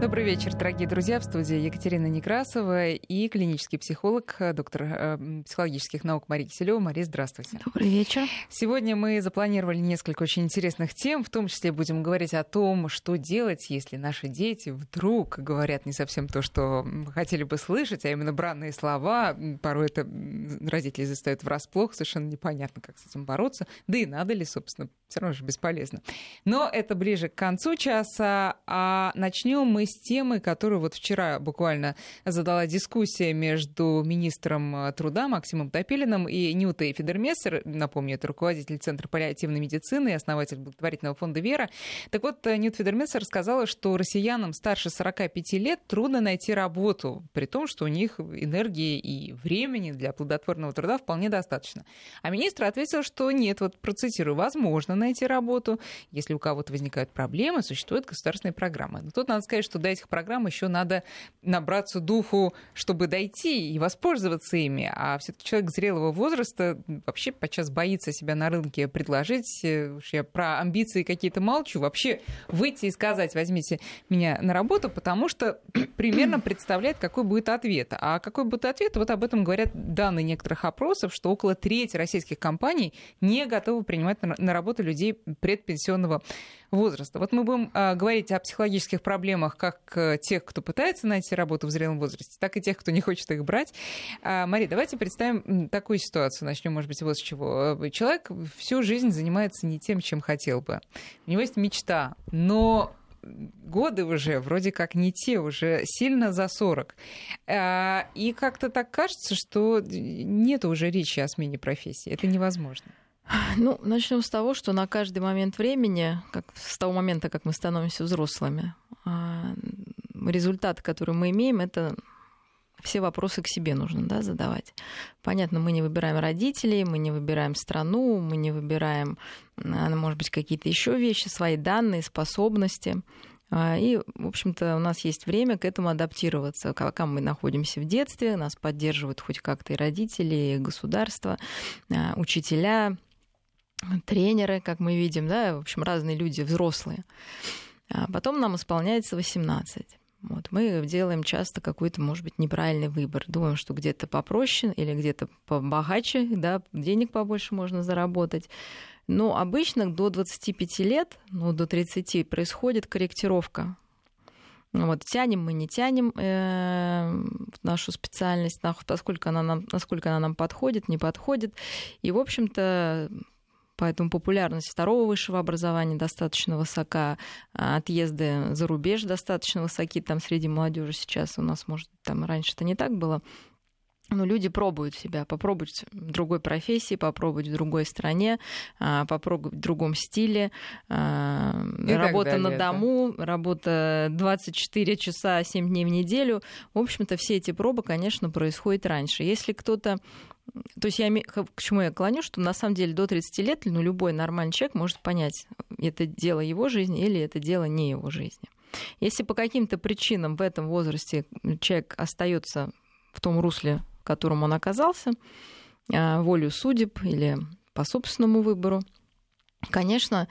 Добрый вечер, дорогие друзья. В студии Екатерина Некрасова и клинический психолог, доктор психологических наук Мария Киселева. Мария, здравствуйте. Добрый вечер. Сегодня мы запланировали несколько очень интересных тем. В том числе будем говорить о том, что делать, если наши дети вдруг говорят не совсем то, что хотели бы слышать, а именно бранные слова. Порой это родители застают врасплох, совершенно непонятно, как с этим бороться. Да и надо ли, собственно, все равно же бесполезно. Но это ближе к концу часа. А начнем мы с темы, которую вот вчера буквально задала дискуссия между министром труда Максимом Топилиным и Нютой Федермессер. Напомню, это руководитель Центра паллиативной медицины и основатель благотворительного фонда «Вера». Так вот, Нюта Федермессер сказала, что россиянам старше 45 лет трудно найти работу, при том, что у них энергии и времени для плодотворного труда вполне достаточно. А министр ответил, что нет, вот процитирую, возможно найти работу, если у кого-то возникают проблемы, существуют государственные программы. Но тут надо сказать, что до этих программ еще надо набраться духу, чтобы дойти и воспользоваться ими. А все-таки человек зрелого возраста вообще подчас боится себя на рынке предложить. Уж я про амбиции какие-то молчу. Вообще выйти и сказать: возьмите меня на работу, потому что примерно представляет, какой будет ответ. А какой будет ответ? Вот об этом говорят данные некоторых опросов, что около трети российских компаний не готовы принимать на работу людей предпенсионного возраста. Вот мы будем говорить о психологических проблемах как тех, кто пытается найти работу в зрелом возрасте, так и тех, кто не хочет их брать. Мария, давайте представим такую ситуацию. Начнем, может быть, вот с чего. Человек всю жизнь занимается не тем, чем хотел бы. У него есть мечта, но годы уже вроде как не те, уже сильно за 40. И как-то так кажется, что нет уже речи о смене профессии. Это невозможно. Ну, начнем с того, что на каждый момент времени, с того момента, как мы становимся взрослыми, результат, который мы имеем, это все вопросы к себе нужно, задавать. Понятно, мы не выбираем родителей, мы не выбираем страну, мы не выбираем, может быть, какие-то еще вещи, свои данные, способности. И, в общем-то, у нас есть время к этому адаптироваться. Пока мы находимся в детстве, нас поддерживают хоть как-то и родители, и государство, учителя, тренеры, как мы видим, в общем, разные люди, взрослые. А потом нам исполняется 18. Вот, мы делаем часто какой-то, может быть, неправильный выбор. Думаем, что где-то попроще или где-то побогаче, денег побольше можно заработать. Но обычно до 25 лет, до 30 происходит корректировка. Вот, тянем мы, не тянем нашу специальность, насколько она нам подходит, не подходит. И, в общем-то, поэтому популярность второго высшего образования достаточно высока, отъезды за рубеж достаточно высоки там среди молодежи сейчас. У нас, может, там раньше это не так было. Но люди пробуют себя, попробовать в другой профессии, попробовать в другой стране, попробовать в другом стиле. Работа на дому, работа 24 часа, 7 дней в неделю. В общем-то, все эти пробы, конечно, происходят раньше. Если кто-то... То есть к чему я клоню, что на самом деле до 30 лет любой нормальный человек может понять, это дело его жизни или это дело не его жизни. Если по каким-то причинам в этом возрасте человек остается в том русле, в котором он оказался, волею судеб или по собственному выбору, конечно,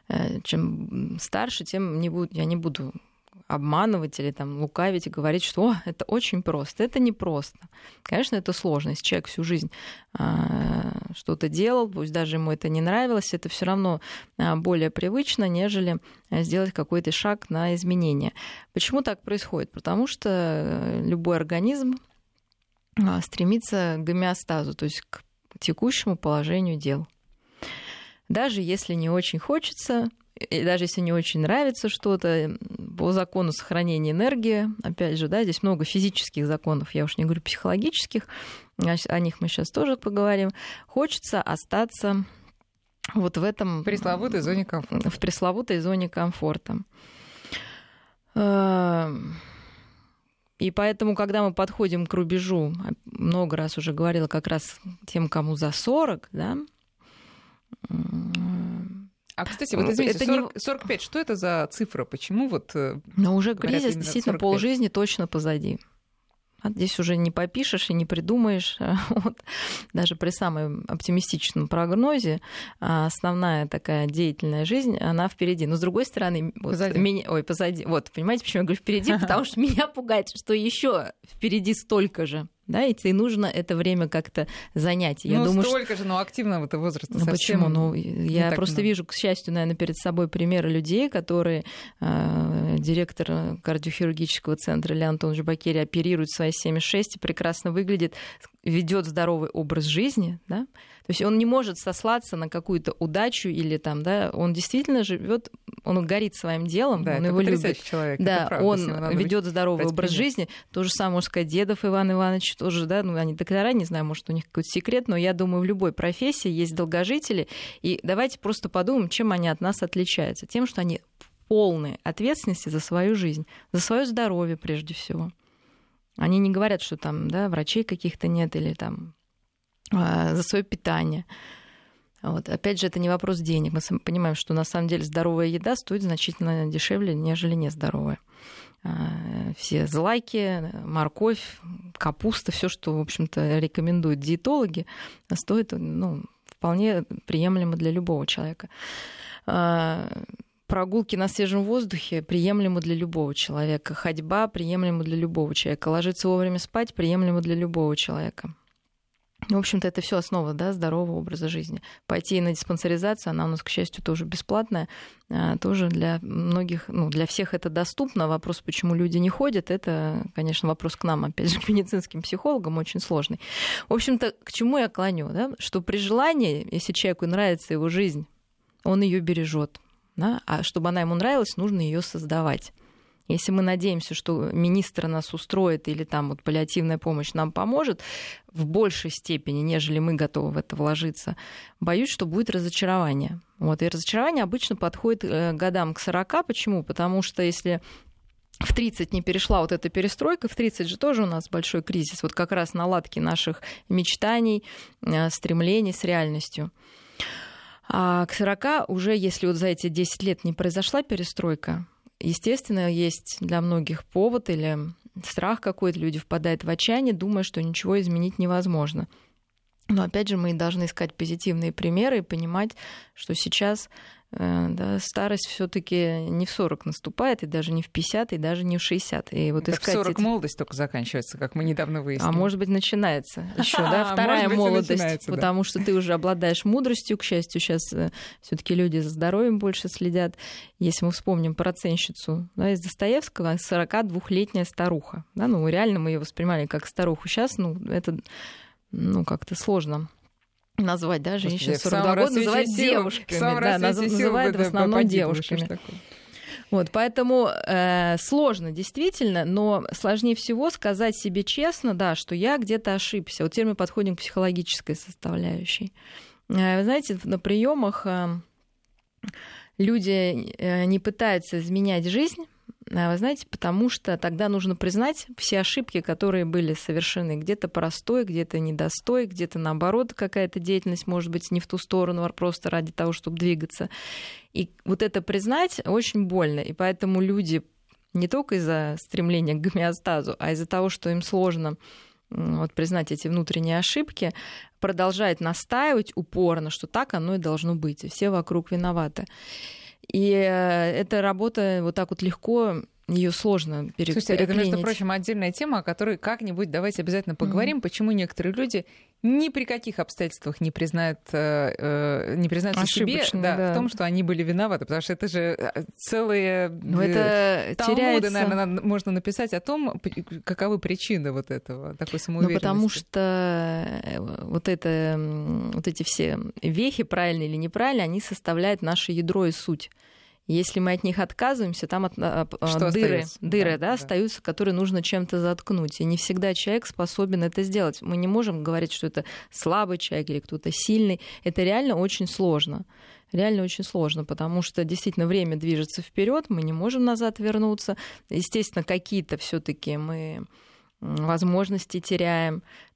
чем старше, тем я не буду обманывать или лукавить и говорить, что это очень просто. Это не просто. Конечно, это сложно. Если человек всю жизнь что-то делал, пусть даже ему это не нравилось, это все равно более привычно, нежели сделать какой-то шаг на изменение. Почему так происходит? Потому что любой организм стремится к гомеостазу, то есть к текущему положению дел. Даже если не очень хочется, и даже если не очень нравится что-то, по закону сохранения энергии, опять же, здесь много физических законов, я уж не говорю психологических, о них мы сейчас тоже поговорим, хочется остаться вот в этом... пресловутой зоне комфорта. В пресловутой зоне комфорта. И поэтому, когда мы подходим к рубежу, много раз уже говорила как раз тем, кому за 40, А, кстати, вот извините, 45, что это за цифра? Почему вот... Но уже кризис действительно полжизни точно позади. Здесь уже не попишешь и не придумаешь. Вот. Даже при самом оптимистичном прогнозе основная такая деятельная жизнь, она впереди. Но с другой стороны, позади. Вот, понимаете, почему я говорю впереди? Потому что меня пугает, что еще впереди столько же. Да, и нужно это время как-то занять. Я думаю, столько же, но активного-то возраста совсем. Почему? Я просто вижу, к счастью, наверное, перед собой примеры людей, которые директор кардиохирургического центра Леонид Антонович Бакерия оперирует свои 76 и прекрасно выглядит, ведет здоровый образ жизни, да? То есть он не может сослаться на какую-то удачу или там, да, он действительно живет, он горит своим делом, да, он его любит. Человек, да, правда, он ведет здоровый образ жизни. То же самое, можно сказать, Дедов Иван Иванович тоже, да, они доктора, не знаю, может, у них какой-то секрет, но я думаю, в любой профессии есть долгожители, и давайте просто подумаем, чем они от нас отличаются. Тем, что они полной ответственности за свою жизнь, за свое здоровье прежде всего. Они не говорят, что там, да, врачей каких-то нет или там за свое питание. Вот. Опять же, это не вопрос денег. Мы понимаем, что на самом деле здоровая еда стоит значительно дешевле, нежели нездоровая. Все злаки, морковь, капуста, все, что, в общем-то, рекомендуют диетологи, стоит, вполне приемлемо для любого человека. Прогулки на свежем воздухе приемлемы для любого человека. Ходьба приемлема для любого человека. Ложиться вовремя спать приемлемо для любого человека. В общем-то, это все основа, да, здорового образа жизни. Пойти на диспансеризацию, она у нас, к счастью, тоже бесплатная. Тоже для многих, для всех это доступно. Вопрос, почему люди не ходят, это, конечно, вопрос к нам, опять же, к медицинским психологам, очень сложный. В общем-то, к чему я клоню, да? Что при желании, если человеку нравится его жизнь, он ее бережет. Да? А чтобы она ему нравилась, нужно ее создавать. Если мы надеемся, что министр нас устроит или там вот паллиативная помощь нам поможет в большей степени, нежели мы готовы в это вложиться, боюсь, что будет разочарование. Вот. И разочарование обычно подходит годам к 40. Почему? Потому что если в 30 не перешла вот эта перестройка, в 30 же тоже у нас большой кризис, вот как раз наладки наших мечтаний, стремлений с реальностью. А к 40 уже, если вот за эти 10 лет не произошла перестройка, естественно, есть для многих повод или страх какой-то, люди впадают в отчаяние, думая, что ничего изменить невозможно. Но опять же, мы должны искать позитивные примеры и понимать, что сейчас старость все-таки не в 40 наступает, и даже не в 50, и даже не в 60. И вот так в 40 молодость только заканчивается, как мы недавно выяснили. А может быть, начинается еще, да, вторая молодость, потому что ты уже обладаешь мудростью. К счастью, сейчас все-таки люди за здоровьем больше следят. Если мы вспомним проценщицу, да, из Достоевского, 42-летняя старуха. Да, реально мы ее воспринимали как старуху. Сейчас, это как-то сложно назвать, да, женщин 42 года называть девушками. Да, называют в основном девушками. Вот, поэтому сложно, действительно, но сложнее всего сказать себе честно, да, что я где-то ошибся. Вот теперь мы подходим к психологической составляющей. Вы знаете, на приемах люди не пытаются изменять жизнь, вы знаете, потому что тогда нужно признать все ошибки, которые были совершены. Где-то простой, где-то недостой, где-то, наоборот, какая-то деятельность может быть не в ту сторону, а просто ради того, чтобы двигаться. И вот это признать очень больно. И поэтому люди не только из-за стремления к гомеостазу, а из-за того, что им сложно признать эти внутренние ошибки, продолжают настаивать упорно, что так оно и должно быть, и все вокруг виноваты. И эта работа вот так вот легко, ее сложно переклинить. Слушайте, это, между прочим, отдельная тема, о которой как-нибудь давайте обязательно поговорим, почему некоторые люди ни при каких обстоятельствах не признаются себе в том, что они были виноваты, потому что это же целые талмуды, наверное, можно написать о том, каковы причины вот этого, такой самоуверенности. Потому что вот эти все вехи, правильные или неправильные, они составляют наше ядро и суть. Если мы от них отказываемся, там дыры остаются, которые нужно чем-то заткнуть. И не всегда человек способен это сделать. Мы не можем говорить, что это слабый человек или кто-то сильный. Это реально очень сложно. Реально очень сложно, потому что действительно время движется вперед, мы не можем назад вернуться. Естественно, какие-то все-таки мы возможности теряем. То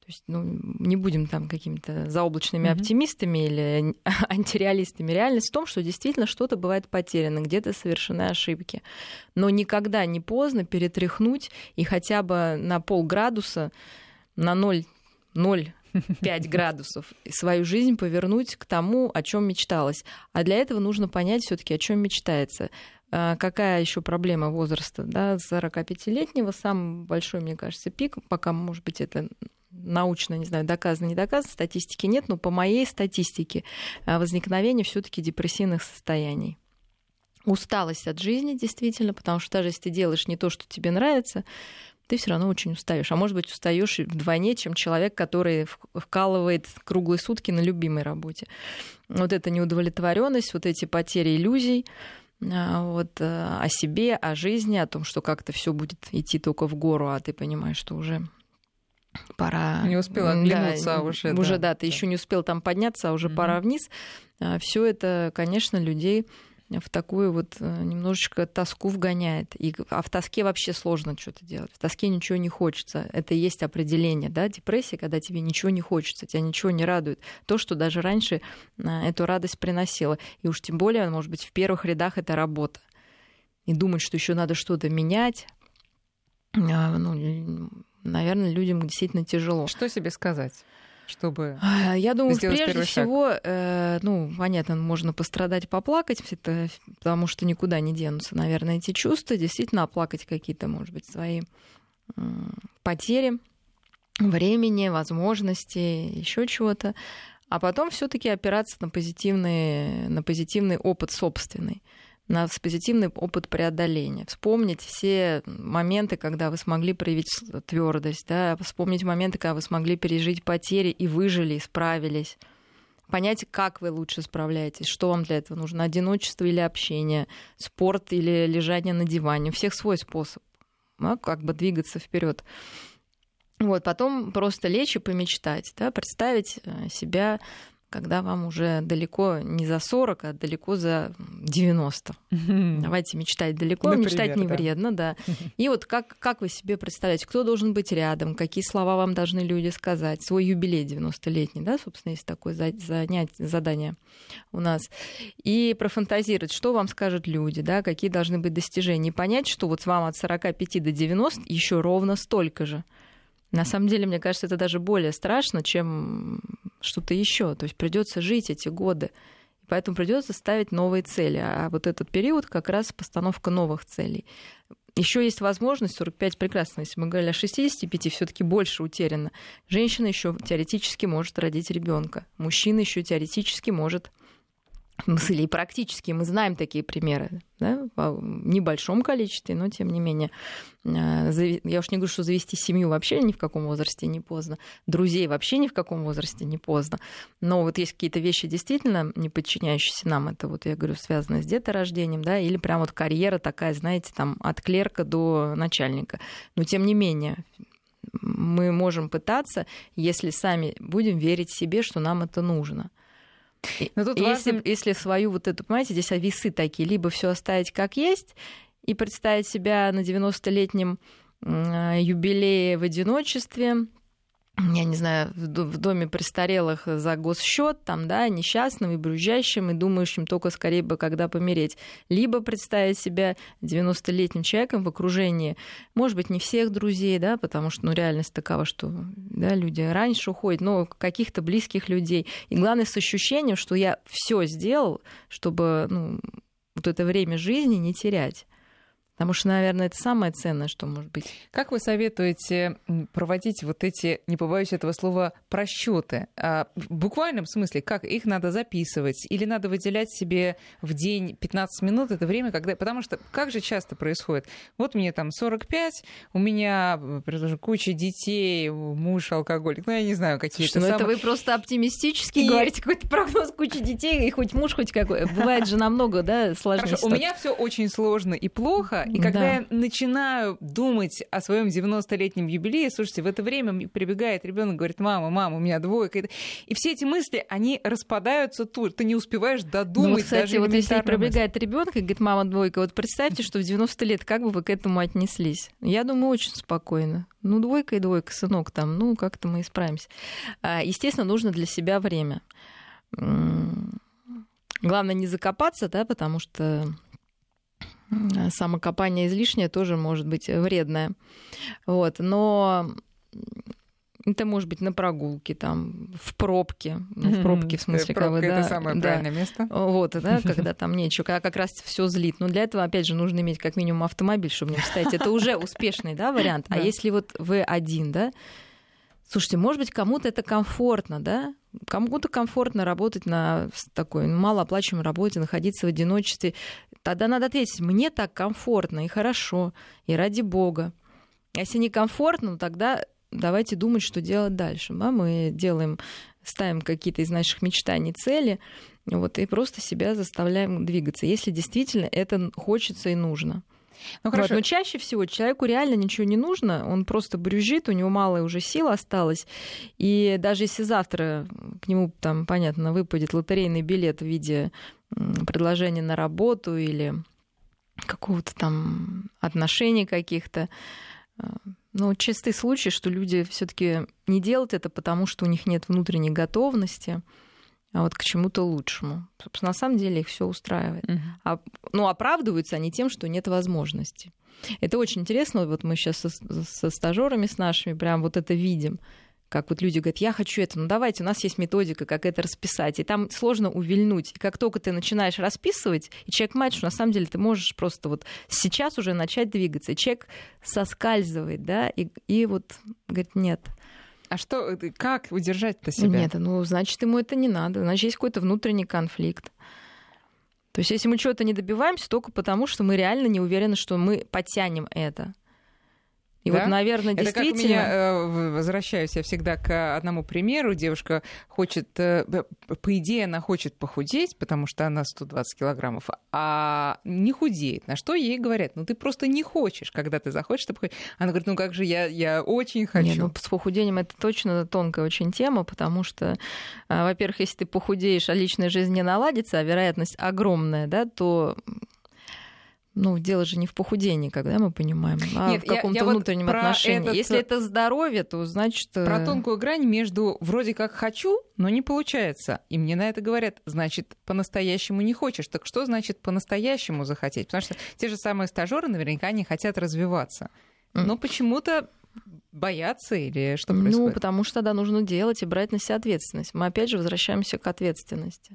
есть, не будем там какими-то заоблачными оптимистами или антиреалистами. Реальность в том, что действительно что-то бывает потеряно, где-то совершены ошибки. Но никогда не поздно перетряхнуть и хотя бы на полградуса, на 0,5 градусов свою жизнь повернуть к тому, о чем мечталось. А для этого нужно понять все-таки, о чем мечтается. Какая еще проблема возраста? Да, 45-летнего самый большой, мне кажется, пик, пока, может быть, это научно, не знаю, доказано, не доказано, статистики нет, но по моей статистике возникновение все-таки депрессивных состояний. Усталость от жизни, действительно, потому что даже если ты делаешь не то, что тебе нравится, ты все равно очень устаешь. А может быть, устаешь вдвойне, чем человек, который вкалывает круглые сутки на любимой работе. Вот эта неудовлетворенность, вот эти потери иллюзий, вот, о себе, о жизни, о том, что как-то все будет идти только в гору, а ты понимаешь, что уже пора... Не успела оглянуться, уже, да, ты еще не успел там подняться, а уже пора вниз. Все это, конечно, людей в такую вот немножечко тоску вгоняет. А в тоске вообще сложно что-то делать. В тоске ничего не хочется. Это и есть определение, да, депрессия, когда тебе ничего не хочется, тебя ничего не радует. То, что даже раньше эту радость приносило. И уж тем более, может быть, в первых рядах это работа. И думать, что еще надо что-то менять, наверное, людям действительно тяжело. Что себе сказать? Чтобы я думаю, прежде всего, понятно, можно пострадать, поплакать, потому что никуда не денутся, наверное, эти чувства, действительно оплакать какие-то, может быть, свои потери времени, возможности, еще чего-то, а потом все-таки опираться на позитивный опыт собственный, на позитивный опыт преодоления. Вспомнить все моменты, когда вы смогли проявить твердость, да? Вспомнить моменты, когда вы смогли пережить потери и выжили, и справились. Понять, как вы лучше справляетесь, что вам для этого нужно, одиночество или общение, спорт или лежание на диване. У всех свой способ, да? Как бы двигаться вперед. Вот, потом просто лечь и помечтать, да? Представить себя, когда вам уже далеко не за 40, а далеко за 90. Давайте мечтать далеко, например, мечтать не вредно, да. И вот как вы себе представляете, кто должен быть рядом, какие слова вам должны люди сказать, свой юбилей 90-летний, да, собственно, есть такое задание у нас. И профантазировать, что вам скажут люди, да, какие должны быть достижения. И понять, что вот вам от 45 до 90 еще ровно столько же. На самом деле, мне кажется, это даже более страшно, чем что-то еще. То есть придется жить эти годы. И поэтому придется ставить новые цели. А вот этот период как раз постановка новых целей. Еще есть возможность, 45 прекрасно, если мы говорили о 65, все-таки больше утеряно. Женщина еще теоретически может родить ребенка. Мужчина еще теоретически может. И практически мы знаем такие примеры, да, в небольшом количестве, но тем не менее. Я уж не говорю, что завести семью вообще ни в каком возрасте не поздно, друзей вообще ни в каком возрасте не поздно. Но вот есть какие-то вещи действительно не подчиняющиеся нам, это вот, я говорю, связано с деторождением, да, или прям вот карьера такая, знаете, там от клерка до начальника. Но тем не менее, мы можем пытаться, если сами будем верить себе, что нам это нужно. Но тут если свою вот эту, понимаете, здесь весы такие, либо все оставить как есть и представить себя на 90-летнем юбилее в одиночестве, я не знаю, в доме престарелых за госсчет, там, да, несчастным и брюзжащим, и думающим только скорее бы, когда помереть. Либо представить себя 90-летним человеком в окружении, может быть, не всех друзей, да, потому что, реальность такова, что, да, люди раньше уходят, но каких-то близких людей. И главное, с ощущением, что я все сделал, чтобы, вот это время жизни не терять. Потому что, наверное, это самое ценное, что может быть. Как вы советуете проводить вот эти, не побоюсь этого слова, просчеты? В буквальном смысле, как их надо записывать? Или надо выделять себе в день 15 минут это время, когда... Потому что как же часто происходит? Вот мне там 45, у меня, предположим, куча детей, муж алкоголик, я не знаю, какие-то это вы просто оптимистически говорите, какой-то прогноз, куча детей, и хоть муж, хоть какой. Бывает же намного, да, сложнее. Хорошо, у меня все очень сложно и плохо, И когда я начинаю думать о своем 90-летнем юбилее, слушайте, в это время прибегает ребенок, говорит: мама, у меня двойка. И все эти мысли, они распадаются тут. Ты не успеваешь додумать. Вот, кстати, вот если прибегает ребенок и говорит: мама, двойка, вот представьте, что в 90 лет как бы вы к этому отнеслись. Я думаю, очень спокойно. Двойка и двойка, сынок, там, как-то мы исправимся. Естественно, нужно для себя время. Главное не закопаться, да, потому что самокопание излишнее тоже может быть вредное. Вот. Но это может быть на прогулке, там, в пробке. В пробке, в смысле, пробка, как бы, это самое правильное место. Вот, да, когда там нечего, когда как раз все злит. Но для этого, опять же, нужно иметь как минимум автомобиль, чтобы не встать. Это уже успешный, да, вариант. А если вот вы один, да, слушайте, может быть, кому-то это комфортно, да? Кому-то комфортно работать на такой малооплачиваемой работе, находиться в одиночестве. Тогда надо ответить: мне так комфортно и хорошо, и ради бога. Если некомфортно, тогда давайте думать, что делать дальше. Да? Мы ставим какие-то из наших мечтаний цели, вот, и просто себя заставляем двигаться, если действительно это хочется и нужно. Вот. Но чаще всего человеку реально ничего не нужно, он просто брюзжит, у него мало уже сил осталось, и даже если завтра к нему, там, понятно, выпадет лотерейный билет в виде предложения на работу или какого-то там отношений каких-то, чистый случай, что люди все-таки не делают это, потому что у них нет внутренней готовности, а вот к чему-то лучшему. Собственно, на самом деле их все устраивает. Оправдываются они тем, что нет возможности. Это очень интересно. Вот мы сейчас со стажерами с нашими прям вот это видим. Как вот люди говорят: я хочу это, давайте, у нас есть методика, как это расписать. И там сложно увильнуть. И как только ты начинаешь расписывать, и человек понимает, что на самом деле ты можешь просто вот сейчас уже начать двигаться. И человек соскальзывает, да, и вот говорит: нет. А как удержать-то себя? Нет, значит, ему это не надо. Значит, есть какой-то внутренний конфликт. То есть, если мы чего-то не добиваемся, только потому, что мы реально не уверены, что мы потянем это. И да? вот, наверное, это действительно... как у меня, возвращаюсь я всегда к одному примеру. Девушка хочет, по идее, она хочет похудеть, потому что она 120 килограммов, а не худеет. На что ей говорят: ты просто не хочешь, когда ты захочешь, ты похудеть. Она говорит: как же, я очень хочу. Нет, с похудением это точно тонкая очень тема, потому что, во-первых, если ты похудеешь, а личная жизнь не наладится, а вероятность огромная, да, то... дело же не в похудении, когда мы понимаем, а в каком-то внутреннем отношении. Если это здоровье, то значит... Про тонкую грань между вроде как хочу, но не получается. И мне на это говорят: значит, по-настоящему не хочешь. Так что значит по-настоящему захотеть? Потому что те же самые стажеры наверняка не хотят развиваться. Но почему-то боятся или что происходит? Потому что тогда нужно делать и брать на себя ответственность. Мы опять же возвращаемся к ответственности.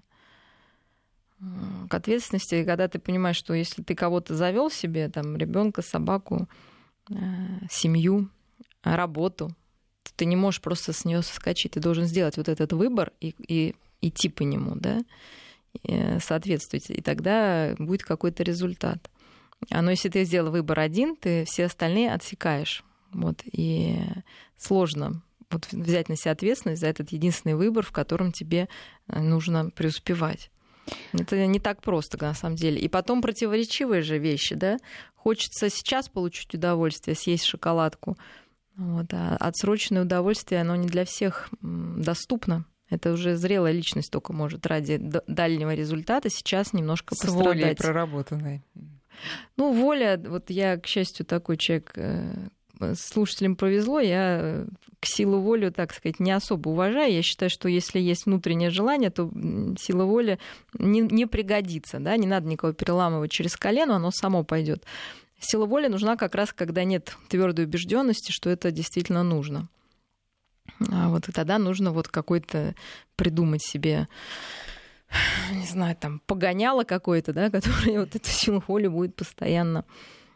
К ответственности, когда ты понимаешь, что если ты кого-то завел себе, там, ребенка, собаку, семью, работу, то ты не можешь просто с нее соскочить. Ты должен сделать вот этот выбор и идти по нему, да, и соответствовать. И тогда будет какой-то результат. Но если ты сделал выбор один, ты все остальные отсекаешь. Вот, и сложно взять на себя ответственность за этот единственный выбор, в котором тебе нужно преуспевать. Это не так просто, на самом деле. И потом противоречивые же вещи, да. Хочется сейчас получить удовольствие, съесть шоколадку. А отсроченное удовольствие, оно не для всех доступно. Это уже зрелая личность только может ради дальнего результата сейчас немножко пострадать. С волей проработанной. Воля, вот я, к счастью, такой человек... Слушателям повезло, я к силу воли, так сказать, не особо уважаю. Я считаю, что если есть внутреннее желание, то сила воли не пригодится. Да? Не надо никого переламывать через колено, оно само пойдет. Сила воли нужна как раз, когда нет твердой убежденности, что это действительно нужно. И тогда нужно какой-то придумать себе, не знаю, там, погоняло какое-то, да, которое эту силу воли будет постоянно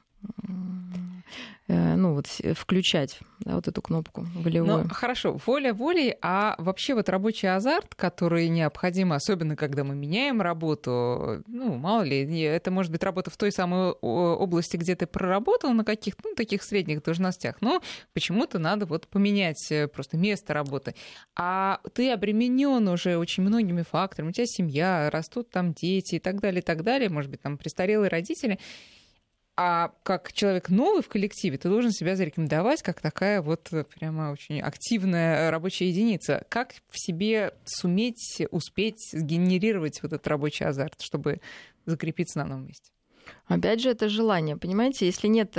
включать, да, эту кнопку волевую. Хорошо, воля волей, а вообще рабочий азарт, который необходим, особенно когда мы меняем работу, мало ли, это может быть работа в той самой области, где ты проработал на каких-то таких средних должностях, но почему-то надо поменять просто место работы. А ты обременен уже очень многими факторами, у тебя семья, растут там дети и так далее, может быть, там престарелые родители. А как человек новый в коллективе, ты должен себя зарекомендовать как такая вот прямо очень активная рабочая единица. Как в себе суметь, успеть сгенерировать вот этот рабочий азарт, чтобы закрепиться на новом месте? Опять же, это желание, понимаете? Если нет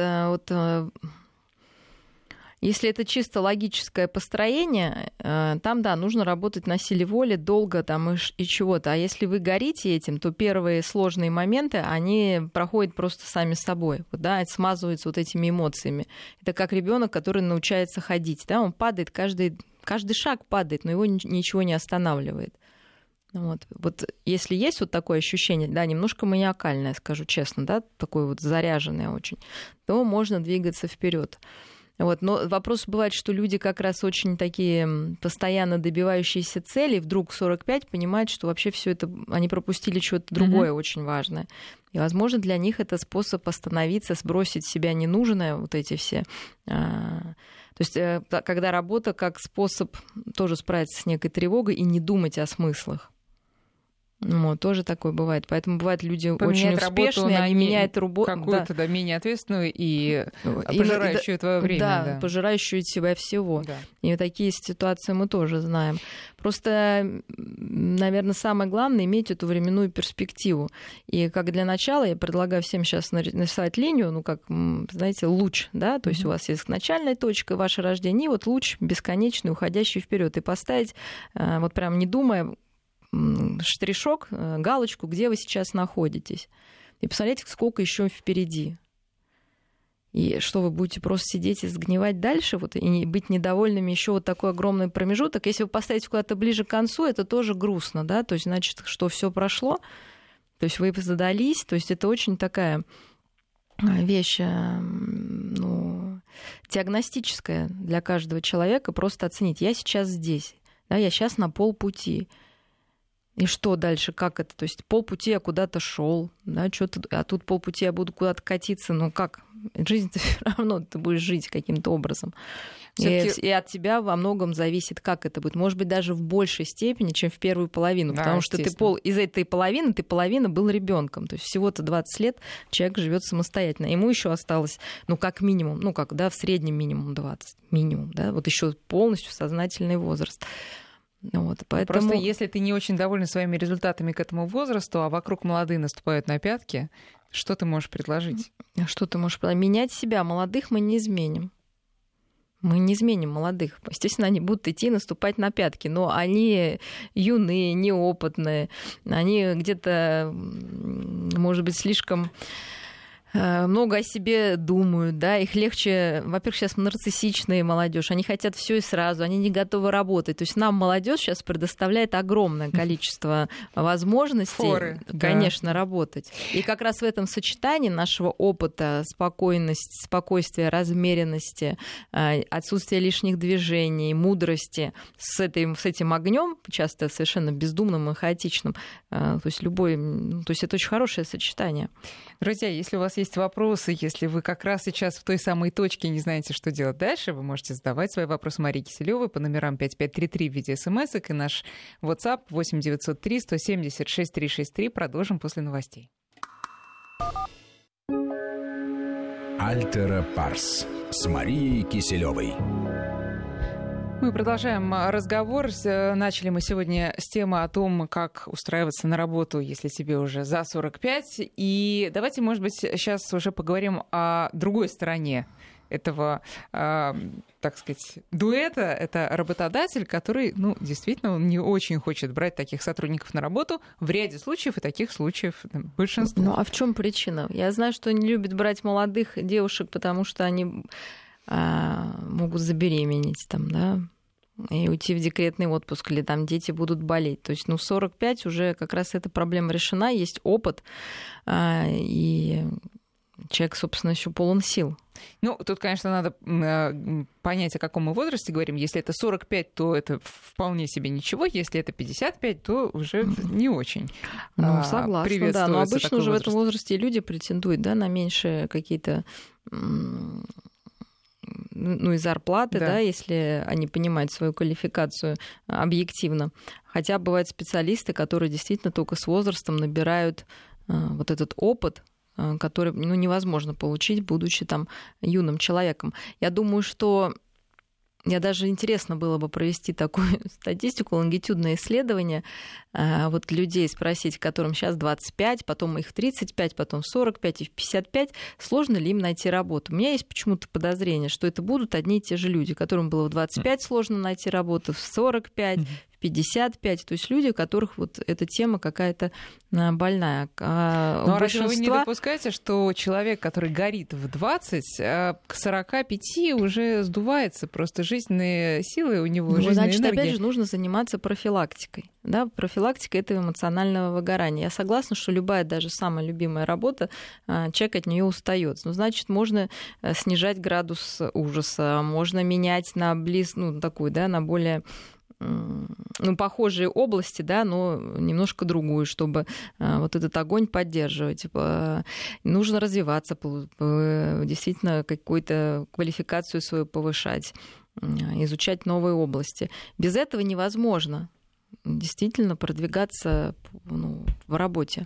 если это чисто логическое построение, там, да, нужно работать на силе воли долго там и чего-то. А если вы горите этим, то первые сложные моменты, они проходят просто сами собой, да, смазываются вот этими эмоциями. Это как ребенок, который научается ходить, да, он падает, каждый шаг падает, но его ничего не останавливает. Вот если есть вот такое ощущение, да, немножко маниакальное, скажу честно, да, такое вот заряженное очень, то можно двигаться вперед. Вот. Но вопрос бывает, что люди как раз очень такие постоянно добивающиеся целей, вдруг в 45 понимают, что вообще все это они пропустили что-то другое очень важное. И, возможно, для них это способ остановиться, сбросить с себя ненужное, вот эти все. То есть, когда работа как способ тоже справиться с некой тревогой и не думать о смыслах. Вот, тоже такое бывает. Поэтому бывают люди очень успешные, они меняют работу. Какую-то, да, менее ответственную и пожирающую твое время. Да, пожирающую себя всего. Да. И такие ситуации мы тоже знаем. Просто, наверное, самое главное — иметь эту временную перспективу. И как для начала я предлагаю всем сейчас нарисовать линию, ну, как, знаете, луч, да, то есть у вас есть начальная точка, ваше рождение, и вот луч бесконечный, уходящий вперед, и поставить, вот прям не думая, штришок, галочку, где вы сейчас находитесь. И посмотрите, сколько еще впереди. И что, вы будете просто сидеть и сгнивать дальше, вот, и быть недовольными еще вот такой огромный промежуток. Если вы поставите куда-то ближе к концу, это тоже грустно, да, то есть значит, что все прошло, то есть вы задались, то есть это очень такая вещь, ну, диагностическая для каждого человека, просто оценить, я сейчас здесь, да, я сейчас на полпути. И что дальше, как это? То есть полпути я куда-то шел, да, что-то, а тут полпути я буду куда-то катиться, ну как? Жизнь-то все равно ты будешь жить каким-то образом. И от тебя во многом зависит, как это будет. Может быть, даже в большей степени, чем в первую половину. Да, потому что из этой половины ты половина был ребенком. То есть всего-то 20 лет человек живет самостоятельно. Ему еще осталось, ну, как минимум, ну, как, да, в среднем минимум 20. Минимум, да, вот еще полностью сознательный возраст. Вот, поэтому... Просто если ты не очень довольна своими результатами к этому возрасту, а вокруг молодые наступают на пятки, что ты можешь предложить? Что ты можешь предложить? Менять себя. Молодых мы не изменим. Мы не изменим молодых. Естественно, они будут идти наступать на пятки, но они юные, неопытные, они где-то, может быть, слишком много о себе думают, да, их легче, во-первых, сейчас нарциссичные молодежь, они хотят все и сразу, они не готовы работать. То есть нам молодежь сейчас предоставляет огромное количество возможностей, конечно, работать. И как раз в этом сочетании нашего опыта, спокойствия, размеренности, отсутствия лишних движений, мудрости с этим огнем, часто совершенно бездумным и хаотичным, то есть то есть это очень хорошее сочетание. Друзья, если у вас есть вопросы, если вы как раз сейчас в той самой точке и не знаете, что делать дальше, вы можете задавать свои вопросы Марии Киселёвой по номерам 5533 в виде смс-ок и наш WhatsApp 8903 176 363. Продолжим после новостей. Альтера Парс с Марией Киселёвой. Мы продолжаем разговор. Начали мы сегодня с темы о том, как устраиваться на работу, если тебе уже за 45. И давайте, может быть, сейчас уже поговорим о другой стороне этого, так сказать, дуэта. Это работодатель, который, ну, действительно, он не очень хочет брать таких сотрудников на работу. В ряде случаев, и таких случаев большинство. Ну, а в чем причина? Я знаю, что не любят брать молодых девушек, потому что они могут забеременеть там, да, и уйти в декретный отпуск, или там дети будут болеть. То есть, ну, в 45 уже как раз эта проблема решена, есть опыт, и человек, собственно, еще полон сил. Ну, тут, конечно, надо понять, о каком мы возрасте говорим. Если это 45, то это вполне себе ничего. Если это 55, то уже не очень. Ну, согласна, да. Но обычно уже в этом возрасте люди претендуют, да, на меньшие какие-то, ну, и зарплаты, да, если они понимают свою квалификацию объективно. Хотя бывают специалисты, которые действительно только с возрастом набирают вот этот опыт, который невозможно получить, будучи там юным человеком. Я думаю, что даже интересно было бы провести такую статистику, лонгитюдное исследование, вот людей спросить, которым сейчас 25, потом их в 35, потом в 45 и в 55, сложно ли им найти работу. У меня есть почему-то подозрение, что это будут одни и те же люди, которым было в 25 сложно найти работу, в 45, 55, то есть люди, у которых вот эта тема какая-то больная. А разве вы не допускаете, что человек, который горит в 20, к 45 уже сдувается, просто жизненные силы у него, жизненная энергия? Значит, опять же, нужно заниматься профилактикой. Да? Профилактика этого эмоционального выгорания. Я согласна, что любая, даже самая любимая работа, человек от нее устает. Значит, можно снижать градус ужаса, можно менять на такую, да, на более похожие области, да, но немножко другую, чтобы вот этот огонь поддерживать. Нужно развиваться, действительно какую-то квалификацию свою повышать, изучать новые области. Без этого невозможно действительно продвигаться в работе.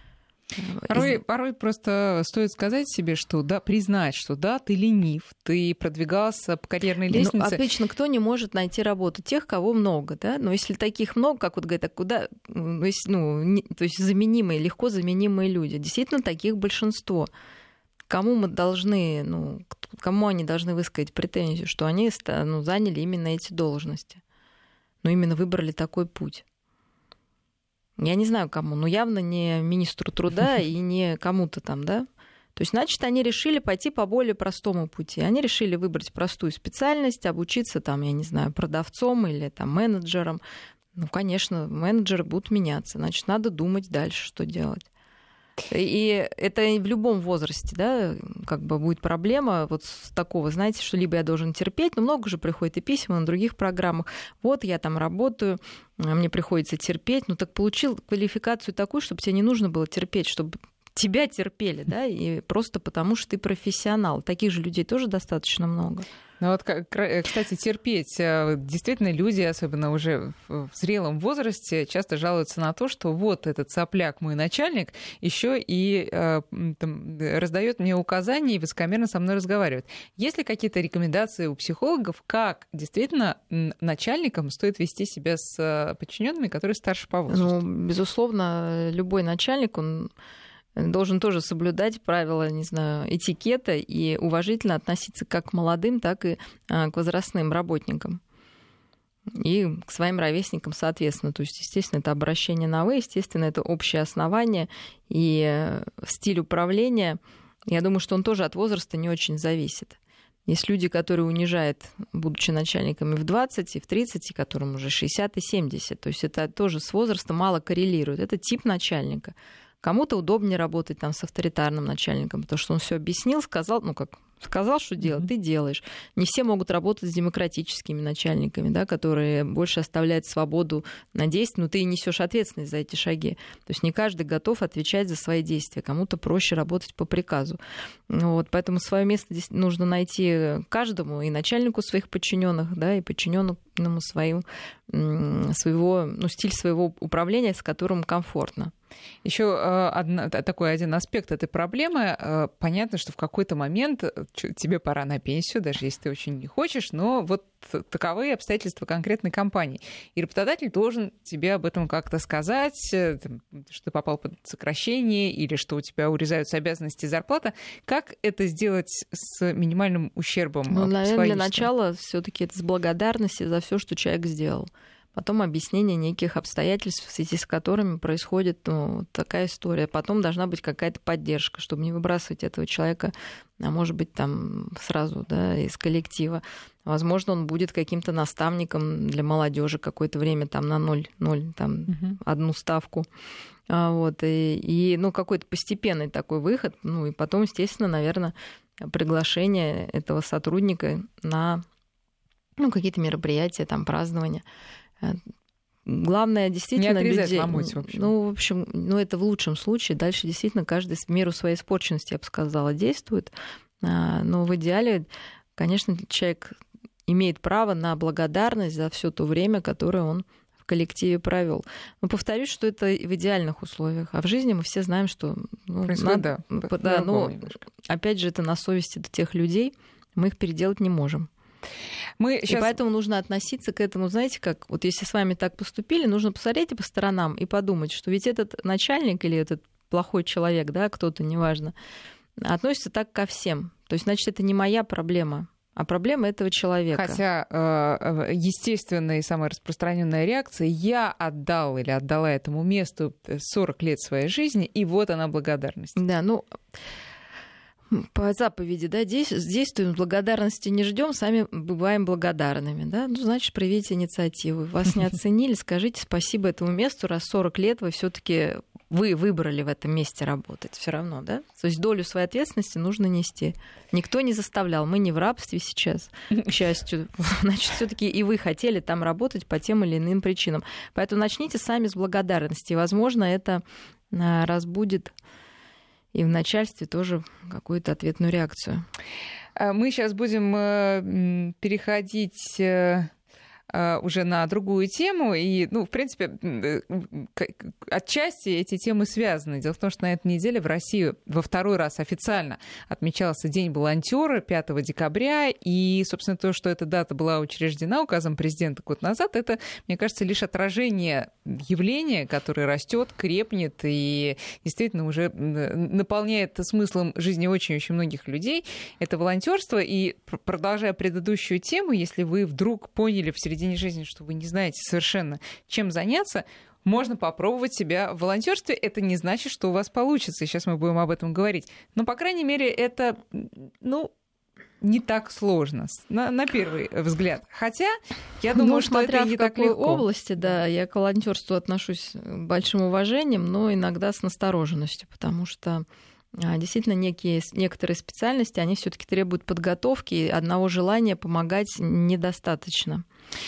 Порой просто стоит сказать себе, что да, признать, что да, ты ленив, ты продвигался по карьерной лестнице. Обычно кто не может найти работу? Тех, кого много, да? Но если таких много, как вот говорят, куда, то есть заменимые, легко заменимые люди, действительно таких большинство. Кому мы должны, кому они должны высказать претензию, что они заняли именно эти должности, именно выбрали такой путь? Я не знаю кому, но явно не министру труда и не кому-то там, да? То есть, значит, они решили пойти по более простому пути. Они решили выбрать простую специальность, обучиться там, я не знаю, продавцом или там менеджером. Конечно, менеджеры будут меняться. Значит, надо думать дальше, что делать. И это в любом возрасте, да, как бы будет проблема вот с такого, знаете, что либо я должен терпеть, но много же приходит и писем на других программах. Вот я там работаю, мне приходится терпеть, так получил квалификацию такую, чтобы тебе не нужно было терпеть, чтобы тебя терпели, да, и просто потому, что ты профессионал. Таких же людей тоже достаточно много. Кстати, терпеть. Действительно, люди, особенно уже в зрелом возрасте, часто жалуются на то, что вот этот сопляк, мой начальник, еще и раздает мне указания и высокомерно со мной разговаривает. Есть ли какие-то рекомендации у психологов, как действительно начальникам стоит вести себя с подчиненными, которые старше по возрасту? Безусловно, любой начальник, он должен тоже соблюдать правила, не знаю, этикета и уважительно относиться как к молодым, так и к возрастным работникам. И к своим ровесникам, соответственно. То есть, естественно, это обращение на «вы», естественно, это общее основание. И стиль управления, я думаю, что он тоже от возраста не очень зависит. Есть люди, которые унижают, будучи начальниками в 20, и в 30, и которым уже 60 и 70. То есть это тоже с возрастом мало коррелирует. Это тип начальника. Кому-то удобнее работать там с авторитарным начальником, потому что он все объяснил, сказал, сказал, что делать, ты делаешь. Не все могут работать с демократическими начальниками, да, которые больше оставляют свободу на действия, но ты несешь ответственность за эти шаги. То есть не каждый готов отвечать за свои действия, кому-то проще работать по приказу. Поэтому свое место здесь нужно найти каждому, и начальнику своих подчиненных, да, и подчиненному стиль своего управления, с которым комфортно. Еще такой один аспект этой проблемы. Понятно, что в какой-то момент тебе пора на пенсию, даже если ты очень не хочешь, но вот таковы обстоятельства конкретной компании. И работодатель должен тебе об этом как-то сказать, что ты попал под сокращение или что у тебя урезаются обязанности и зарплата. Как это сделать с минимальным ущербом? Наверное, для начала все-таки это с благодарностью за все, что человек сделал. Потом объяснение неких обстоятельств, в связи с которыми происходит такая история. Потом должна быть какая-то поддержка, чтобы не выбрасывать этого человека, может быть, там сразу, да, из коллектива. Возможно, он будет каким-то наставником для молодежи какое-то время там на 0, там, одну ставку. И какой-то постепенный такой выход. И потом, естественно, наверное, приглашение этого сотрудника на какие-то мероприятия, там, празднования. Главное, действительно, не отрезать людей... ломоть, в общем. Это в лучшем случае. Дальше действительно каждый в меру своей испорченности, я бы сказала, действует. Но в идеале, конечно, человек имеет право на благодарность за все то время, которое он в коллективе провел. Но повторюсь, что это в идеальных условиях. А в жизни мы все знаем, что происходит, опять же, это на совести тех людей, мы их переделать не можем. И поэтому нужно относиться к этому, знаете, как вот если с вами так поступили, нужно посмотреть по сторонам и подумать, что ведь этот начальник или этот плохой человек, да, кто-то, неважно, относится так ко всем. То есть, значит, это не моя проблема, а проблема этого человека. Хотя естественная и самая распространенная реакция: я отдал или отдала этому месту 40 лет своей жизни, и вот она благодарность. Да, по заповеди, да, действуем, благодарности не ждем, сами бываем благодарными, да, значит, проявите инициативу. Вас не оценили, скажите спасибо этому месту, раз 40 лет вы выбрали в этом месте работать все равно, да? То есть долю своей ответственности нужно нести. Никто не заставлял, мы не в рабстве сейчас, к счастью. Значит, все-таки и вы хотели там работать по тем или иным причинам. Поэтому начните сами с благодарности. И, возможно, это разбудит и в начальстве тоже какую-то ответную реакцию. Мы сейчас будем переходить уже на другую тему. И, в принципе, отчасти эти темы связаны. Дело в том, что на этой неделе в России во второй раз официально отмечался День волонтера 5 декабря. И, собственно, то, что эта дата была учреждена указом президента год назад, это, мне кажется, лишь отражение явления, которое растет, крепнет и действительно уже наполняет смыслом жизни очень-очень многих людей. Это волонтерство. И, продолжая предыдущую тему, если вы вдруг поняли в середине жизни, что вы не знаете совершенно, чем заняться, можно попробовать себя в волонтерстве. Это не значит, что у вас получится. И сейчас мы будем об этом говорить. Но, по крайней мере, это, не так сложно на первый взгляд. Хотя, я думаю, что это не так легко. В какой области, да, я к волонтерству отношусь с большим уважением, но иногда с настороженностью, потому что действительно некоторые специальности, они все-таки требуют подготовки, и одного желания помогать недостаточно.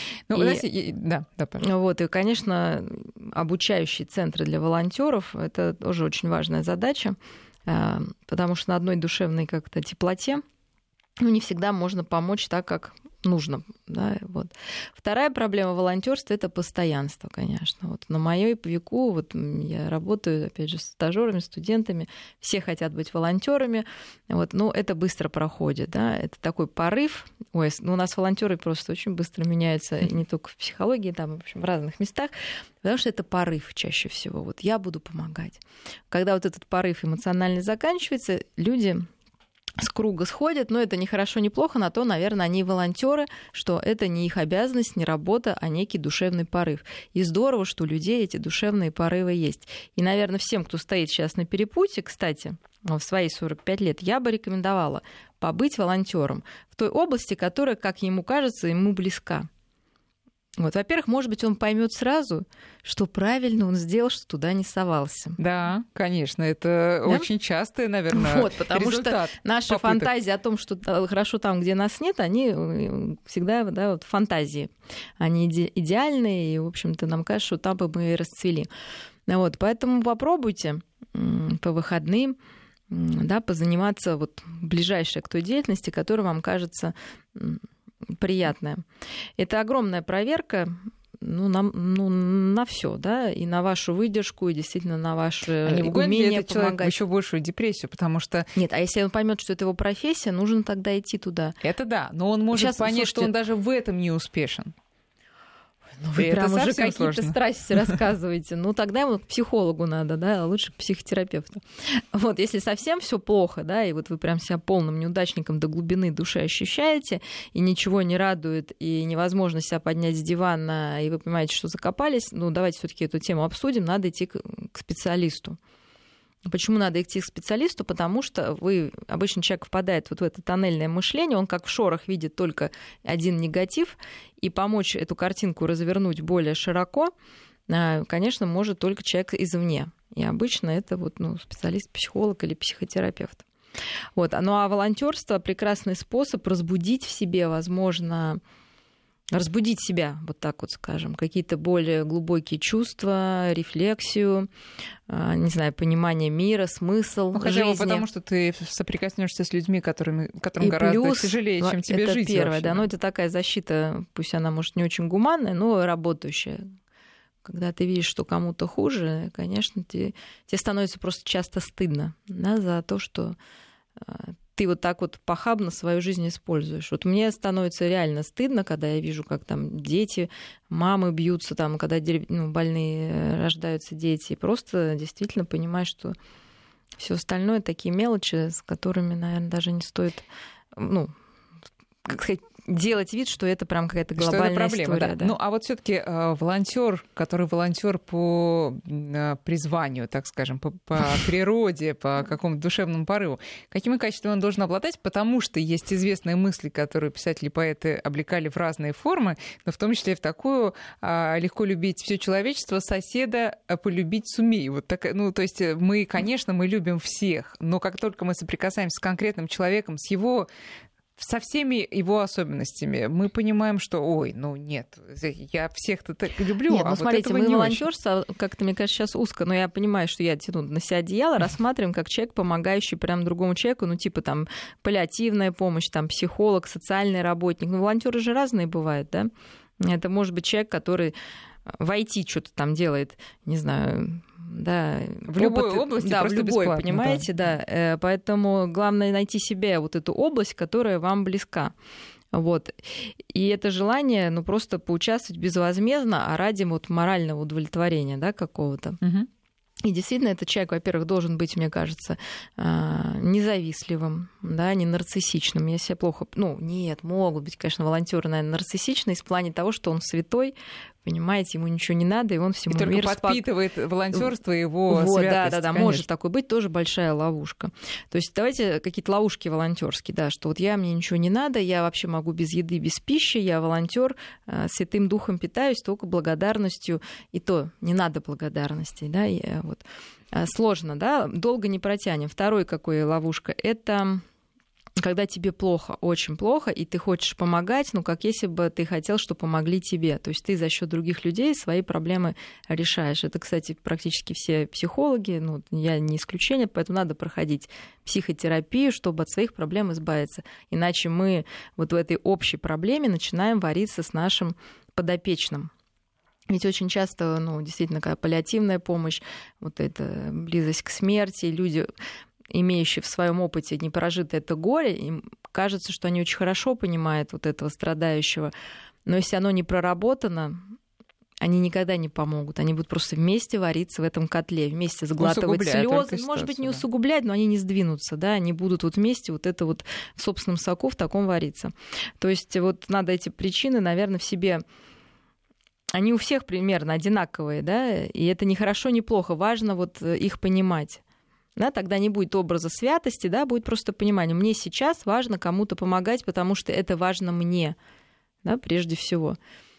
Пожалуйста. И, конечно, обучающие центры для волонтеров — это тоже очень важная задача, потому что на одной душевной как-то теплоте не всегда можно помочь так, как нужно. Да, вот. Вторая проблема волонтерства — это постоянство, конечно. Вот на моем веку я работаю, опять же, с стажерами, студентами, все хотят быть волонтерами. Но это быстро проходит. Да? Это такой порыв. У нас волонтеры просто очень быстро меняются, не только в психологии, там, в общем, в разных местах, потому что это порыв чаще всего. Я буду помогать. Когда этот порыв эмоционально заканчивается, люди с круга сходят, но это не хорошо, не плохо, на то, наверное, они волонтеры, что это не их обязанность, не работа, а некий душевный порыв. И здорово, что у людей эти душевные порывы есть. И, наверное, всем, кто стоит сейчас на перепутье, кстати, в свои 45 лет, я бы рекомендовала побыть волонтером в той области, которая, как ему кажется, ему близка. Во-первых, может быть, он поймет сразу, что правильно он сделал, что туда не совался. Да, конечно, это очень частый, наверное, потому результат что наши попыток. Фантазии о том, что хорошо там, где нас нет, они всегда фантазии. Они идеальные, и, в общем-то, нам кажется, что там бы мы и расцвели. Поэтому попробуйте по выходным позаниматься ближайшей к той деятельности, которая вам кажется приятная. Это огромная проверка на все, да, и на вашу выдержку, и действительно на ваше умение помогать. Еще большую депрессию, потому что... Нет, а если он поймет, что это его профессия, нужно тогда идти туда. Это да, но он может понять, что он даже в этом не успешен. Вы прям уже какие-то страсти рассказываете. Тогда ему к психологу надо, да, а лучше к психотерапевту. Если совсем все плохо, да, и вы прям себя полным неудачником до глубины души ощущаете, и ничего не радует, и невозможно себя поднять с дивана, и вы понимаете, что закопались, давайте все-таки эту тему обсудим, надо идти к специалисту. Почему надо идти к специалисту? Потому что обычно человек впадает в это тоннельное мышление, он как в шорах видит только один негатив, и помочь эту картинку развернуть более широко, конечно, может только человек извне. И обычно это специалист, психолог или психотерапевт. А волонтерство — прекрасный способ разбудить в себе, возможно, разбудить себя, скажем, какие-то более глубокие чувства, рефлексию, не знаю, понимание мира, смысл жизни. Хотя бы потому, что ты соприкоснешься с людьми, которым гораздо тяжелее, чем тебе жить. Это первое, да, это такая защита, пусть она, может, не очень гуманная, но работающая. Когда ты видишь, что кому-то хуже, конечно, тебе становится просто часто стыдно, да, за то, что ты вот так вот похабно свою жизнь используешь. Вот мне становится реально стыдно, когда я вижу, как там дети, мамы бьются, там, когда больные рождаются дети. И просто действительно понимаешь, что все остальное такие мелочи, с которыми, наверное, даже не стоит, как сказать, делать вид, что это прям какая-то глобальная проблема, история. Да. Ну, а вот все-таки волонтер, который волонтер по призванию, так скажем, по природе, по какому-то душевному порыву, какими качествами он должен обладать? Потому что есть известные мысли, которые писатели и поэты облекали в разные формы, но в том числе и в такую: легко любить все человечество, соседа полюбить сумей. Вот так, то есть мы, конечно, мы любим всех, но как только мы соприкасаемся с конкретным человеком, со всеми его особенностями, мы понимаем, что, нет, я всех-то так люблю, нет, а смотрите, вот этого мы не волонтерство как-то, мне кажется, сейчас узко, но я понимаю, что я тяну на себя одеяло, рассматриваем как человек, помогающий прям другому человеку, типа там паллиативная помощь, там психолог, социальный работник. Волонтеры же разные бывают, да? Это может быть человек, который в IT что-то там делает, не знаю, да, в любой области, да, просто в любой, бесплатно, понимаете, да. Поэтому главное найти себе вот эту область, которая вам близка. Вот. И это желание, просто поучаствовать безвозмездно, а ради морального удовлетворения, да, какого-то. Угу. И действительно, этот человек, во-первых, должен быть, мне кажется, независтливым, да, не нарциссичным. Я себя плохо... Нет, могут быть, конечно, волонтеры, наверное, нарциссичные в плане того, что он святой, понимаете, ему ничего не надо, и он всему миру... И только подпитывает волонтерство его святость. Да, может такой быть, тоже большая ловушка. То есть давайте какие-то ловушки волонтерские, да, что вот мне ничего не надо, я вообще могу без еды, без пищи, я волонтер, Святым Духом питаюсь, только благодарностью, и то не надо благодарности, да, вот. Сложно, да, долго не протянем. Второй какой ловушка, это когда тебе плохо, очень плохо, и ты хочешь помогать, как если бы ты хотел, чтобы помогли тебе. То есть ты за счет других людей свои проблемы решаешь. Это, кстати, практически все психологи, я не исключение, поэтому надо проходить психотерапию, чтобы от своих проблем избавиться. Иначе мы вот в этой общей проблеме начинаем вариться с нашим подопечным. Ведь очень часто, действительно, какая паллиативная помощь, вот эта близость к смерти, люди, имеющие в своем опыте непрожитое это горе, им кажется, что они очень хорошо понимают вот этого страдающего, но если оно не проработано, они никогда не помогут. Они будут просто вместе вариться в этом котле, вместе сглатывать слезы. Может быть, не усугублять, но они не сдвинутся, да, они будут вот вместе вот это вот в собственном соку в таком вариться. То есть вот надо эти причины, наверное, в себе... Они у всех примерно одинаковые, да, и это не хорошо, не плохо, важно вот их понимать. Да, тогда не будет образа святости, да, будет просто понимание. Мне сейчас важно кому-то помогать, потому что это важно мне, да, прежде всего.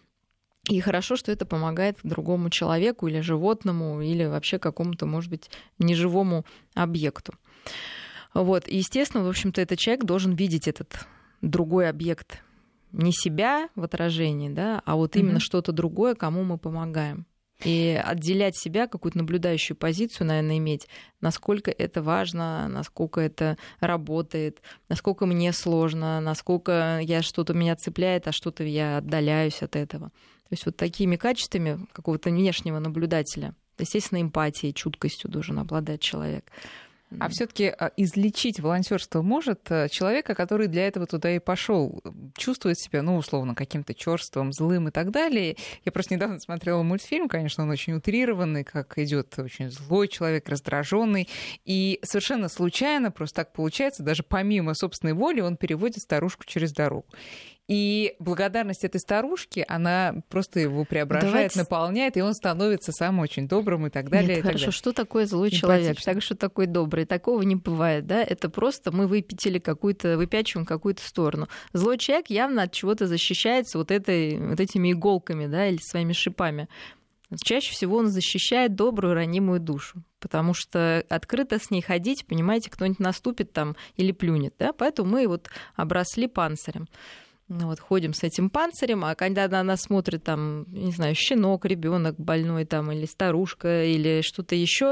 И хорошо, что это помогает другому человеку или животному, или вообще какому-то, может быть, неживому объекту. Вот. И, естественно, в общем-то, этот человек должен видеть этот другой объект. Не себя в отражении, да, а вот именно что-то другое, кому мы помогаем. И отделять себя, какую-то наблюдающую позицию, наверное, иметь, насколько это важно, насколько это работает, насколько мне сложно, насколько что-то меня цепляет, а что-то я отдаляюсь от этого. То есть вот такими качествами какого-то внешнего наблюдателя, естественно, эмпатией, чуткостью должен обладать человек. А все-таки излечить волонтерство может человека, который для этого туда и пошел, чувствует себя, условно, каким-то чёрствым, злым и так далее. Я просто недавно смотрела мультфильм, конечно, он очень утрированный, как идет очень злой человек, раздраженный, и совершенно случайно, просто так получается, даже помимо собственной воли, он переводит старушку через дорогу. И благодарность этой старушки, она просто его преображает, наполняет, и он становится сам очень добрым и так далее. Нет, хорошо, что такое злой человек? Так что такой добрый? Такого не бывает, да? Это просто мы выпячиваем какую-то сторону. Злой человек явно от чего-то защищается вот этими иголками, да, или своими шипами. Чаще всего он защищает добрую, ранимую душу, потому что открыто с ней ходить, понимаете, кто-нибудь наступит там или плюнет, да? Поэтому мы вот обросли панцирем. Ходим с этим панцирем, а когда на нас смотрит там, не знаю, щенок, ребенок больной там, или старушка, или что-то еще,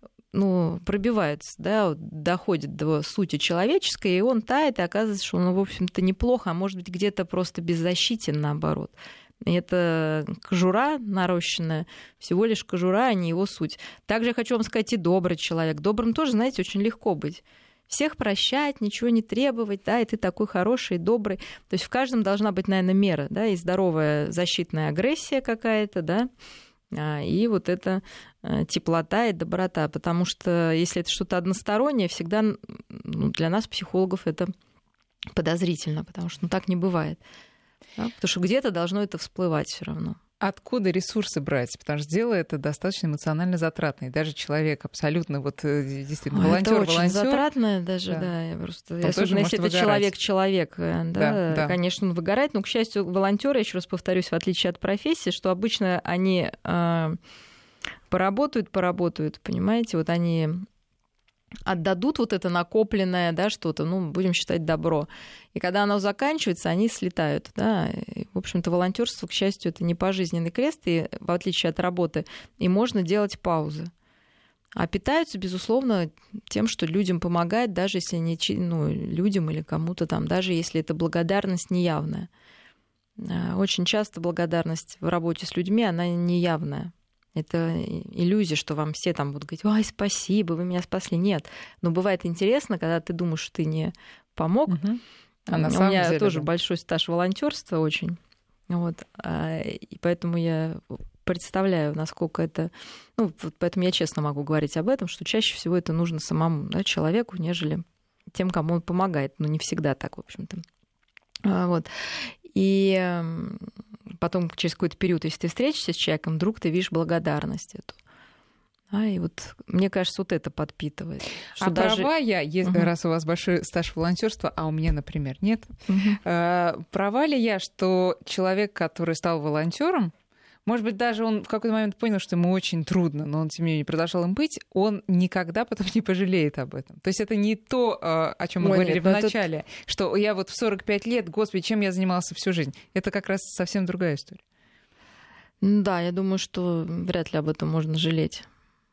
пробивается, да, доходит до сути человеческой, и он тает, и оказывается, что он, в общем-то, неплохо, а может быть, где-то просто беззащитен, наоборот. И это кожура нарощенная, всего лишь кожура, а не его суть. Также я хочу вам сказать, и добрый человек. Добрым тоже, знаете, очень легко быть. Всех прощать, ничего не требовать, да, и ты такой хороший, добрый. То есть в каждом должна быть, наверное, мера, да, и здоровая защитная агрессия какая-то, да, и вот эта теплота и доброта. Потому что если это что-то одностороннее, всегда для нас, психологов, это подозрительно, потому что так не бывает. Да? Потому что где-то должно это всплывать все равно. Откуда ресурсы брать? Потому что дело это достаточно эмоционально затратное. Даже человек абсолютно действительно волонтер. Это очень затратное даже, да. Особенно если это человек-человек, да, конечно, он выгорает. Но, к счастью, волонтеры, еще раз повторюсь, в отличие от профессии, что обычно они поработают, понимаете, вот они отдадут вот это накопленное, да, что-то, будем считать, добро. И когда оно заканчивается, они слетают, да. И, в общем-то, волонтерство, к счастью, это не пожизненный крест, и в отличие от работы, и можно делать паузы. А питаются, безусловно, тем, что людям помогает, даже если не людям или кому-то там, даже если это благодарность неявная. Очень часто благодарность в работе с людьми, она неявная. Это иллюзия, что вам все там будут говорить: ой, спасибо, вы меня спасли. Нет. Но бывает интересно, когда ты думаешь, что ты не помог. А на У самом меня деле, тоже да. большой стаж волонтерства очень. Вот. И поэтому я представляю, насколько это... поэтому я честно могу говорить об этом, что чаще всего это нужно самому, да, человеку, нежели тем, кому он помогает. Но не всегда так, в общем-то. Вот. И потом, через какой-то период, если ты встретишься с человеком, вдруг ты видишь благодарность эту. И вот, мне кажется, вот это подпитывает. Что права я, раз у вас большой стаж волонтерства, а у меня, например, нет, права ли я, что человек, который стал волонтером, может быть, даже он в какой-то момент понял, что ему очень трудно, но он, тем не менее, продолжал им быть, он никогда потом не пожалеет об этом. То есть это не то, о чем мы говорили в начале, что я вот в 45 лет, господи, чем я занимался всю жизнь. Это как раз совсем другая история. Да, я думаю, что вряд ли об этом можно жалеть.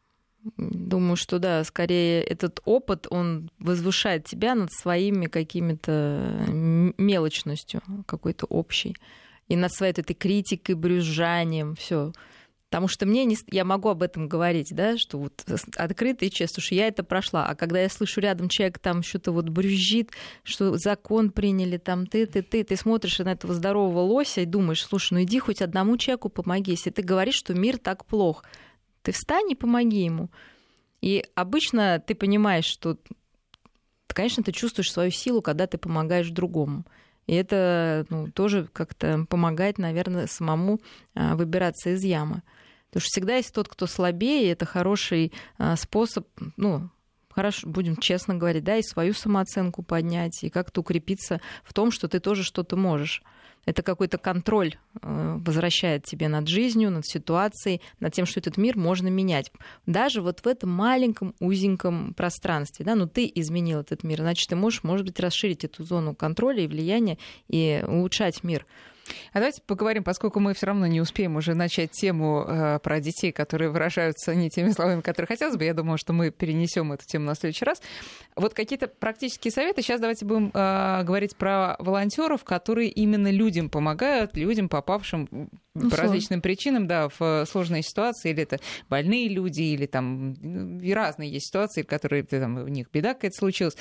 Думаю, что да, скорее этот опыт, он возвышает тебя над своими какими-то мелочностью какой-то общей. И над своей этой критикой, брюзжанием, все. Потому что я могу об этом говорить, да, что вот открыто и честно, что я это прошла. А когда я слышу рядом человек там что-то вот брюзжит, что закон приняли, там ты смотришь на этого здорового лося и думаешь: слушай, иди хоть одному человеку помоги. Если ты говоришь, что мир так плох, ты встань и помоги ему. И обычно ты понимаешь, что, конечно, ты чувствуешь свою силу, когда ты помогаешь другому. И это тоже как-то помогает, наверное, самому выбираться из ямы. Потому что всегда есть тот, кто слабее, и это хороший способ, хорошо, будем честно говорить, да, и свою самооценку поднять, и как-то укрепиться в том, что ты тоже что-то можешь. Это какой-то контроль возвращает тебе над жизнью, над ситуацией, над тем, что этот мир можно менять. Даже вот в этом маленьком, узеньком пространстве. Да? Ты изменил этот мир, значит, ты можешь, может быть, расширить эту зону контроля и влияния и улучшать мир. А давайте поговорим, поскольку мы все равно не успеем уже начать тему про детей, которые выражаются не теми словами, которые хотелось бы. Я думаю, что мы перенесем эту тему на следующий раз. Вот какие-то практические советы. Сейчас давайте будем говорить про волонтеров, которые именно людям помогают, людям, попавшим по различным причинам, да, в сложные ситуации. Или это больные люди, или там и разные есть ситуации, которые там, у них беда какая-то случилась.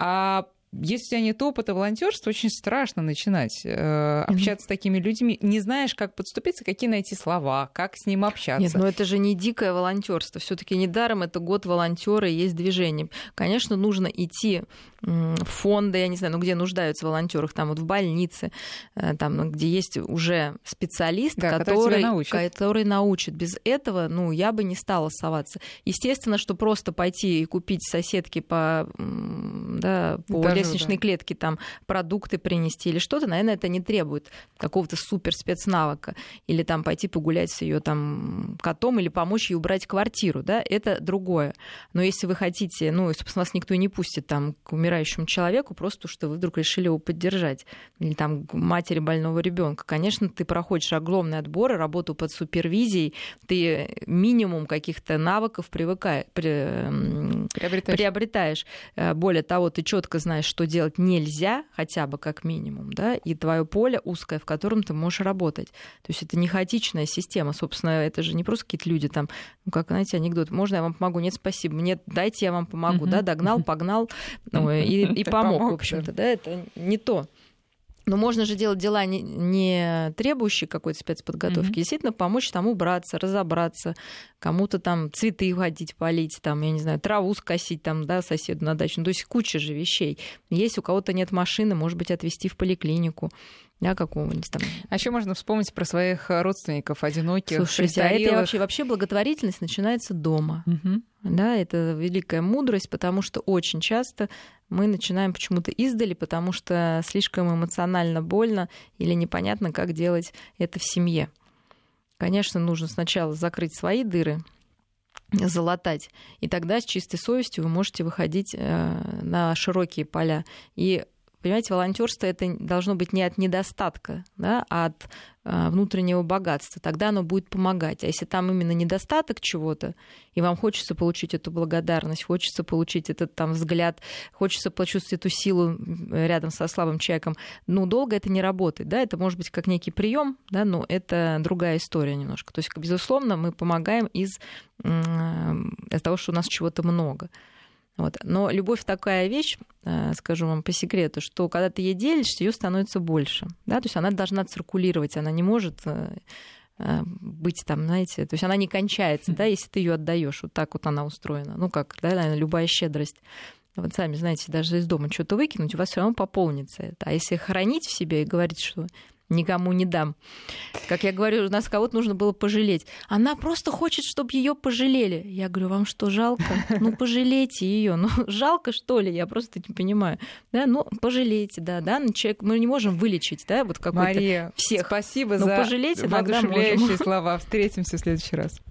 Если у тебя нет опыта волонтерства, очень страшно начинать общаться с такими людьми. Не знаешь, как подступиться, какие найти слова, как с ним общаться. Нет, это же не дикое волонтерство. Все-таки недаром это год волонтера и есть движение. Конечно, нужно идти в фонды, я не знаю, где нуждаются волонтеры, там вот в больнице, там, где есть уже специалист, да, который научит. Без этого, я бы не стала соваться. Естественно, что просто пойти и купить соседке по лестничной клетке там продукты принести или что-то, наверное, это не требует какого-то супер спецнавыка. Или там пойти погулять с ее там котом или помочь ей убрать квартиру, да, это другое. Но если вы хотите, собственно, вас никто не пустит там к умирающему человеку, просто что вы вдруг решили его поддержать, или там к матери больного ребенка. Конечно, ты проходишь огромный отбор, работу под супервизией, ты минимум каких-то навыков приобретаешь. Более того, ты четко знаешь, что делать нельзя, хотя бы как минимум, да, и твое поле узкое, в котором ты можешь работать. То есть это не хаотичная система. Собственно, это же не просто какие-то люди там, ну, как, знаете, анекдот. Можно я вам помогу? Нет, спасибо. Нет, дайте я вам помогу. Да, догнал, погнал и помог, в общем-то. Да, это не то. Но можно же делать дела, не требующие какой-то спецподготовки, действительно помочь там убраться, разобраться, кому-то там цветы ходить, полить, там, я не знаю, траву скосить там, да, соседу на дачу. Ну, то есть куча же вещей. Если у кого-то нет машины, может быть, отвезти в поликлинику. Да, какого-нибудь там. А еще можно вспомнить про своих родственников, одиноких, слушайте, а это вообще благотворительность начинается дома. Да, это великая мудрость, потому что очень часто мы начинаем почему-то издали, потому что слишком эмоционально больно или непонятно, как делать это в семье. Конечно, нужно сначала закрыть свои дыры, залатать, и тогда с чистой совестью вы можете выходить на широкие поля. И понимаете, волонтерство это должно быть не от недостатка, да, а от внутреннего богатства. Тогда оно будет помогать. А если там именно недостаток чего-то, и вам хочется получить эту благодарность, хочется получить этот там взгляд, хочется почувствовать эту силу рядом со слабым человеком, ну, долго это не работает. Да? Это может быть как некий прием, да, но это другая история немножко. То есть, безусловно, мы помогаем из того, что у нас чего-то много. Вот. Но любовь такая вещь, скажу вам по секрету, что когда ты ей делишься, ее становится больше. Да? То есть она должна циркулировать, она не может быть там, знаете, то есть она не кончается, да, если ты ее отдаешь. Вот так вот она устроена. Ну как, да, наверное, любая щедрость. Вот сами знаете, даже из дома что-то выкинуть, у вас все равно пополнится это. А если хранить в себе и говорить, что никому не дам. Как я говорю, у нас кого-то нужно было пожалеть. Она просто хочет, чтобы ее пожалели. Я говорю, вам что, жалко? Ну, пожалейте ее. Ну, жалко, что ли? Я просто не понимаю. Да, ну, пожалейте, да. Человек, мы не можем вылечить, да, вот какой-то Мария, всех. Спасибо но за пожалейте, воодушевляющие слова. Встретимся в следующий раз.